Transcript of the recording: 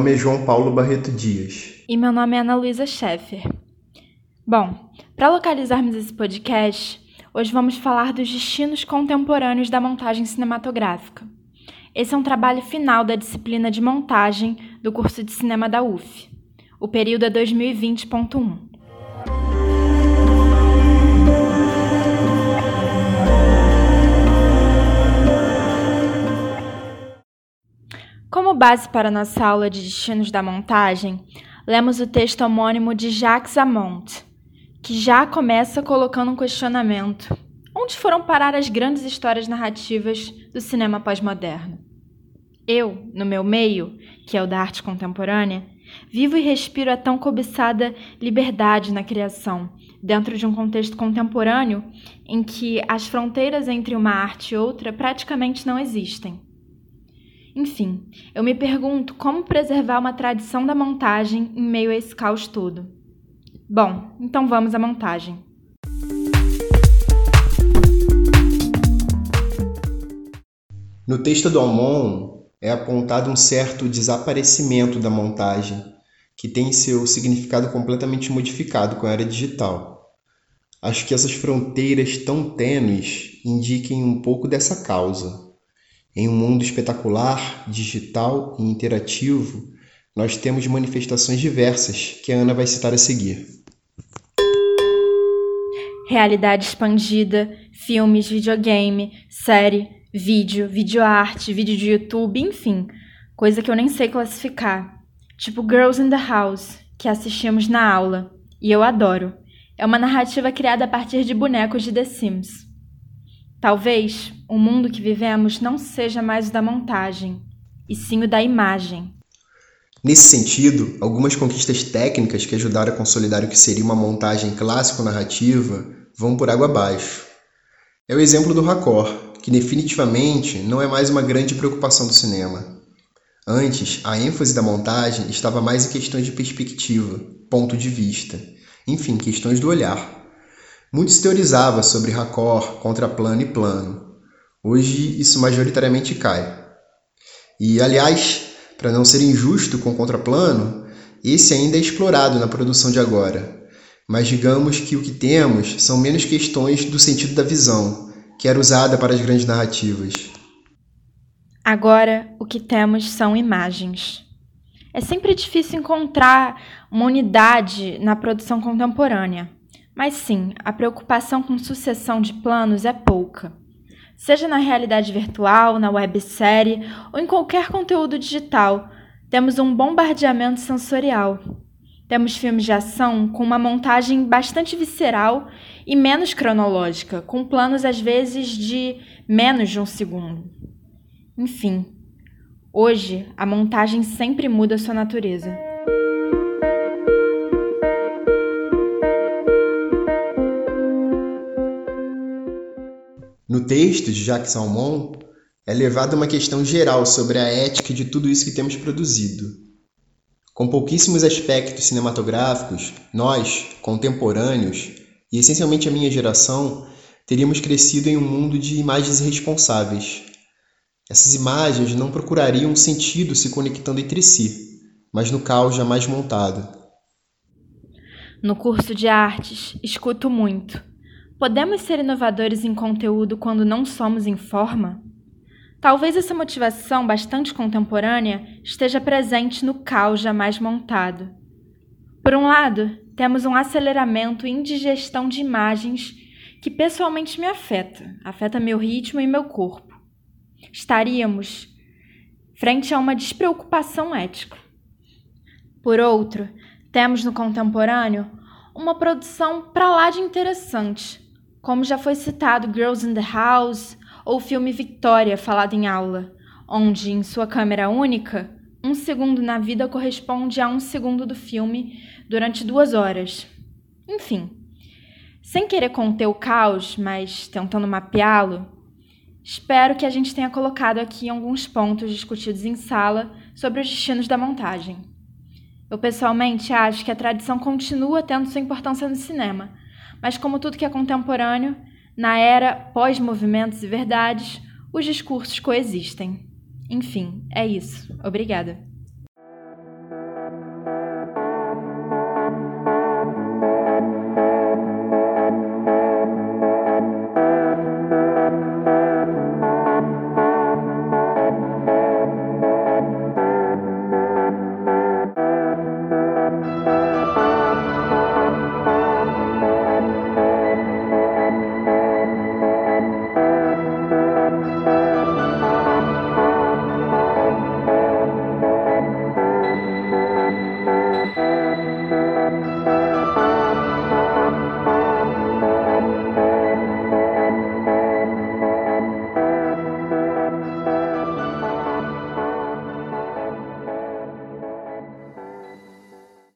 nome é João Paulo Barreto Dias. E meu nome é Ana Luísa Scheffer. Bom, para localizarmos esse podcast, hoje vamos falar dos destinos contemporâneos da montagem cinematográfica. Esse é um trabalho final da disciplina de montagem do curso de cinema da UF. O período é 2020.1. Como base para nossa aula de destinos da montagem, lemos o texto homônimo de Jacques Aumont, que já começa colocando um questionamento: onde foram parar as grandes histórias narrativas do cinema pós-moderno? Eu, no meu meio, que é o da arte contemporânea, vivo e respiro a tão cobiçada liberdade na criação, dentro de um contexto contemporâneo em que as fronteiras entre uma arte e outra praticamente não existem. Enfim, eu me pergunto como preservar uma tradição da montagem em meio a esse caos todo. Bom, então vamos à montagem. No texto do Aumont é apontado um certo desaparecimento da montagem, que tem seu significado completamente modificado com a era digital. Acho que essas fronteiras tão tênues indiquem um pouco dessa causa. Em um mundo espetacular, digital e interativo, nós temos manifestações diversas que a Ana vai citar a seguir. Realidade expandida, filmes, videogame, série, videoarte, vídeo de YouTube, enfim, coisa que eu nem sei classificar. Tipo Girls in the House, que assistimos na aula, e eu adoro. É uma narrativa criada a partir de bonecos de The Sims. Talvez o mundo que vivemos não seja mais o da montagem, e sim o da imagem. Nesse sentido, algumas conquistas técnicas que ajudaram a consolidar o que seria uma montagem clássico-narrativa vão por água abaixo. É o exemplo do raccord, que definitivamente não é mais uma grande preocupação do cinema. Antes, a ênfase da montagem estava mais em questões de perspectiva, ponto de vista, enfim, questões do olhar. Muito se teorizava sobre raccord, contraplano e plano. Hoje, isso majoritariamente cai. E, aliás, para não ser injusto com o contraplano, esse ainda é explorado na produção de agora. Mas digamos que o que temos são menos questões do sentido da visão, que era usada para as grandes narrativas. Agora, o que temos são imagens. É sempre difícil encontrar uma unidade na produção contemporânea. Mas sim, a preocupação com sucessão de planos é pouca. Seja na realidade virtual, na websérie ou em qualquer conteúdo digital, temos um bombardeamento sensorial. Temos filmes de ação com uma montagem bastante visceral e menos cronológica, com planos às vezes de menos de um segundo. Enfim, hoje a montagem sempre muda sua natureza. No texto de Jacques Aumont, é levada uma questão geral sobre a ética de tudo isso que temos produzido. Com pouquíssimos aspectos cinematográficos, nós, contemporâneos, e essencialmente a minha geração, teríamos crescido em um mundo de imagens irresponsáveis. Essas imagens não procurariam um sentido se conectando entre si, mas no caos jamais montado. No curso de artes, escuto muito. Podemos ser inovadores em conteúdo quando não somos em forma? Talvez essa motivação bastante contemporânea esteja presente no caos jamais montado. Por um lado, temos um aceleramento e indigestão de imagens que pessoalmente me afeta meu ritmo e meu corpo. Estaríamos frente a uma despreocupação ética. Por outro, temos no contemporâneo uma produção pra lá de interessante, como já foi citado Girls in the House ou o filme Victoria, falado em aula, onde, em sua câmera única, 1 segundo na vida corresponde a 1 segundo do filme durante 2 horas. Enfim, sem querer conter o caos, mas tentando mapeá-lo, espero que a gente tenha colocado aqui alguns pontos discutidos em sala sobre os destinos da montagem. Eu pessoalmente acho que a tradição continua tendo sua importância no cinema, mas como tudo que é contemporâneo, na era pós-movimentos e verdades, os discursos coexistem. Enfim, é isso. Obrigada.